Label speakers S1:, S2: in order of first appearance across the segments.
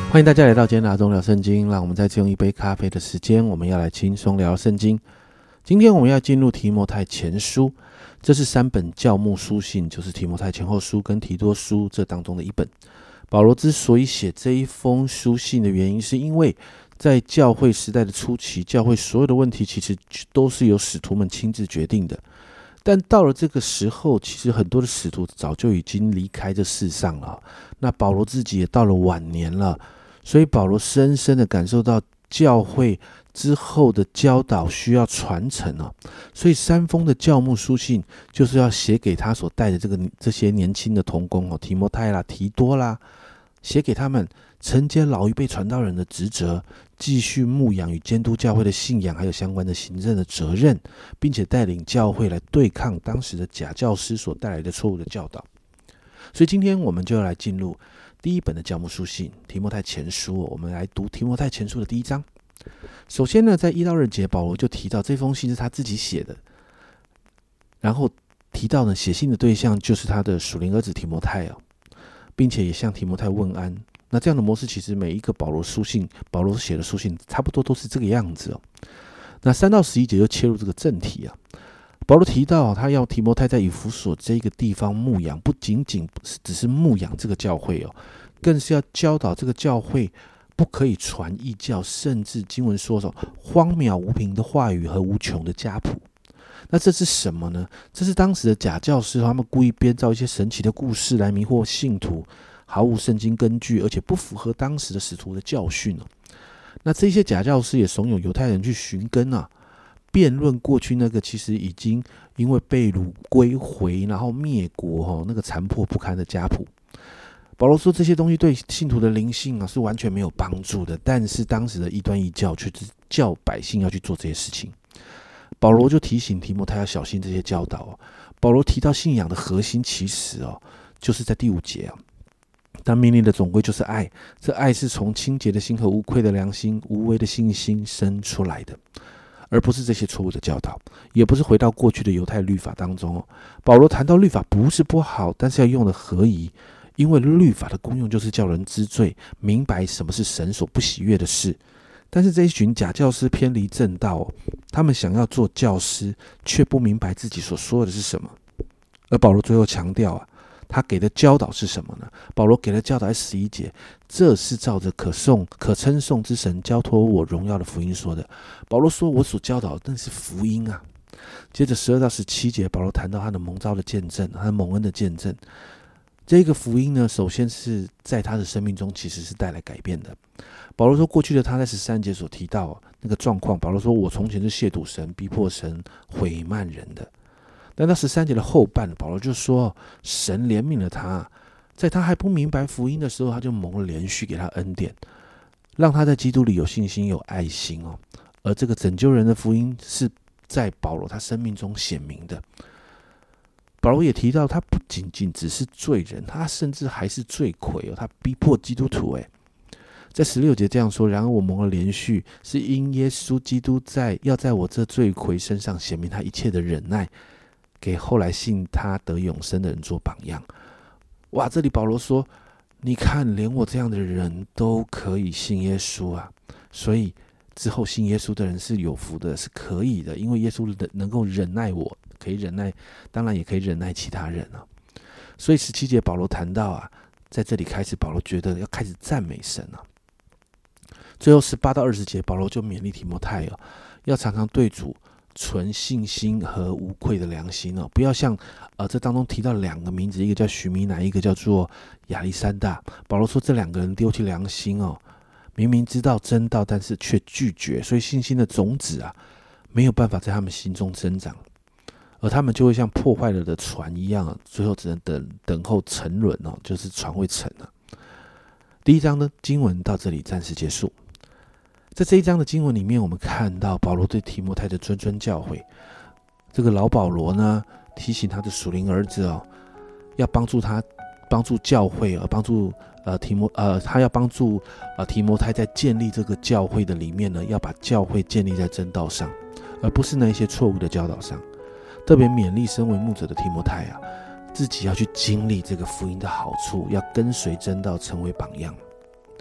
S1: 欢迎大家来到今天的阿忠聊圣经，让我们再次用一杯咖啡的时间，我们要来轻松聊圣经。今天我们要进入提摩太前书，这是3本教牧书信，就是提摩太前后书跟提多书这当中的一本。保罗之所以写这一封书信的原因，是因为在教会时代的初期，教会所有的问题其实都是由使徒们亲自决定的。但到了这个时候，其实很多的使徒早就已经离开这世上了，那保罗自己也到了晚年了，所以保罗深深的感受到教会之后的教导需要传承哦，所以3封的教牧书信就是要写给他所带的这些年轻的同工哦，提摩太啦、提多啦，写给他们承接老一辈传道人的职责，继续牧养与监督教会的信仰，还有相关的行政的责任，并且带领教会来对抗当时的假教师所带来的错误的教导。所以今天我们就要来进入第一本的教牧书信提摩太前书，我们来读提摩太前书的第1章。首先呢，在1到2节，保罗就提到这封信是他自己写的，然后提到呢，写信的对象就是他的属灵儿子提摩太哦，并且也向提摩太问安。那这样的模式，其实每一个保罗写的书信差不多都是这个样子哦。那3到11节就切入这个正题啊。保罗提到他要提摩太在以弗所这个地方牧养，不仅仅只是牧养这个教会哦，更是要教导这个教会不可以传异教，甚至经文说荒渺无凭的话语和无穷的家谱。那这是什么呢？这是当时的假教师，他们故意编造一些神奇的故事来迷惑信徒，毫无圣经根据，而且不符合当时的使徒的教训哦。那这些假教师也怂恿犹太人去寻根啊，辩论过去那个其实已经因为被掳归回然后灭国那个残破不堪的家谱。保罗说这些东西对信徒的灵性是完全没有帮助的，但是当时的异端异教却叫百姓要去做这些事情。保罗就提醒提摩太要小心这些教导保罗提到信仰的核心其实就是在第5节但命令的总归就是爱，这爱是从清洁的心和无愧的良心、无为的信心生出来的，而不是这些错误的教导，也不是回到过去的犹太律法当中保罗谈到律法不是不好，但是要用的合宜，因为律法的功用就是叫人知罪，明白什么是神所不喜悦的事。但是这一群假教师偏离正道他们想要做教师，却不明白自己所说的是什么。而保罗最后强调他给的教导是什么呢？保罗给的教导在11节，这是照着可称颂之神交托我荣耀的福音说的。保罗说我所教导的那是福音啊。接着12到17节，保罗谈到他的蒙召的见证，他的蒙恩的见证。这个福音呢，首先是在他的生命中其实是带来改变的。保罗说过去的他在13节所提到那个状况，保罗说我从前是亵渎神、逼迫神、毁慢人的。但到13节的后半，保罗就说神怜悯了他，在他还不明白福音的时候，他就蒙了连续给他恩典，让他在基督里有信心有爱心而这个拯救人的福音是在保罗他生命中显明的。保罗也提到他不仅仅只是罪人，他甚至还是罪魁他逼迫基督徒在16节这样说，然而我蒙了连续，是因耶稣基督要在我这罪魁身上显明他一切的忍耐，给后来信他得永生的人做榜样。哇，这里保罗说你看连我这样的人都可以信耶稣所以之后信耶稣的人是有福的，是可以的，因为耶稣能够忍耐我，可以忍耐，当然也可以忍耐其他人所以17节保罗谈到在这里开始保罗觉得要开始赞美神最后18到20节，保罗就勉励提摩太要常常对主存信心和无愧的良心不要像这当中提到2个名字，一个叫许米乃，一个叫做亚历山大。保罗说这2个人丢弃良心明明知道真道，但是却拒绝，所以信心的种子没有办法在他们心中增长，而他们就会像破坏了的船一样最后只能等候沉沦就是船会沉第1章的经文到这里暂时结束。在这一章的经文里面，我们看到保罗对提摩太的谆谆教诲。这个老保罗呢，提醒他的属灵儿子要帮助教会，帮助他要帮助提摩太在建立这个教会的里面呢，要把教会建立在真道上，而不是那些错误的教导上。特别勉励身为牧者的提摩太自己要去经历这个福音的好处，要跟随真道，成为榜样。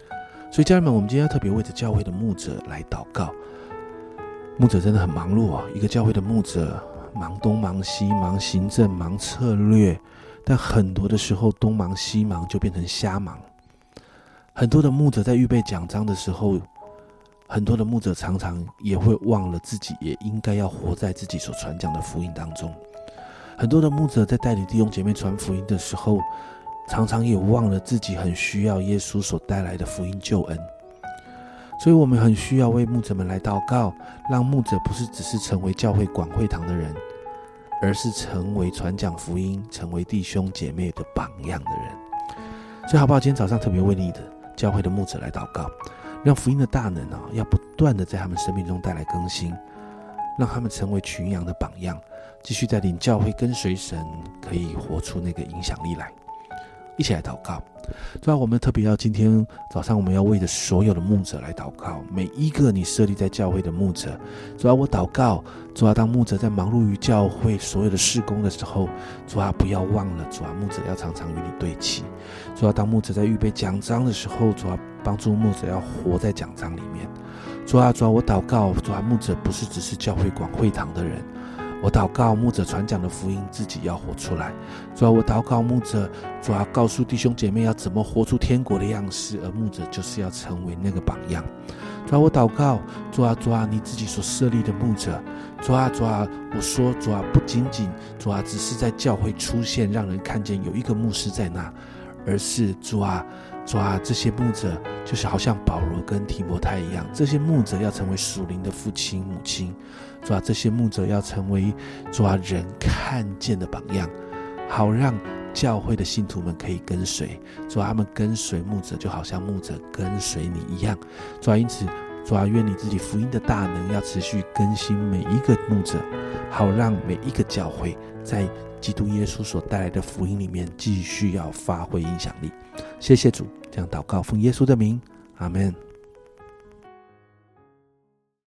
S1: 所以家人们，我们今天要特别为着教会的牧者来祷告。牧者真的很忙碌啊，一个教会的牧者忙东忙西，忙行政，忙策略，但很多的时候东忙西忙就变成瞎忙。很多的牧者在预备讲章的时候，很多的牧者常常也会忘了自己也应该要活在自己所传讲的福音当中。很多的牧者在带领弟兄姐妹传福音的时候，常常也忘了自己很需要耶稣所带来的福音救恩。所以我们很需要为牧者们来祷告，让牧者不是只是成为教会管会堂的人，而是成为传讲福音，成为弟兄姐妹的榜样的人。所以好不好，今天早上特别为你的教会的牧者来祷告，让福音的大能要不断的在他们生命中带来更新，让他们成为群羊的榜样，继续带领教会跟随神，可以活出那个影响力来。一起来祷告。主啊，我们特别要今天早上我们要为着所有的牧者来祷告，每一个你设立在教会的牧者。主啊，我祷告，主啊，当牧者在忙碌于教会所有的事工的时候，主啊，不要忘了，主啊，牧者要常常与你对齐。主啊，当牧者在预备讲章的时候，主啊，帮助牧者要活在讲章里面。主啊，我祷告，主啊，牧者不是只是教会管会堂的人，我祷告牧者传讲的福音自己要活出来。主啊，我祷告牧者，主啊，告诉弟兄姐妹要怎么活出天国的样式，而牧者就是要成为那个榜样。主啊，我祷告，主啊，你自己所设立的牧者，主啊，我说主啊，不仅仅主啊只是在教会出现让人看见有一个牧师在那，而是主啊，这些牧者就是好像保罗跟提摩太一样，这些牧者要成为属灵的父亲母亲。主啊，这些牧者要成为主啊人看见的榜样，好让教会的信徒们可以跟随。主啊，他们跟随牧者就好像牧者跟随你一样。主啊，因此主啊，愿你自己福音的大能要持续更新每一个牧者，好让每一个教会在基督耶稣所带来的福音里面继续要发挥影响力。谢谢主，这样祷告奉耶稣的名，阿们。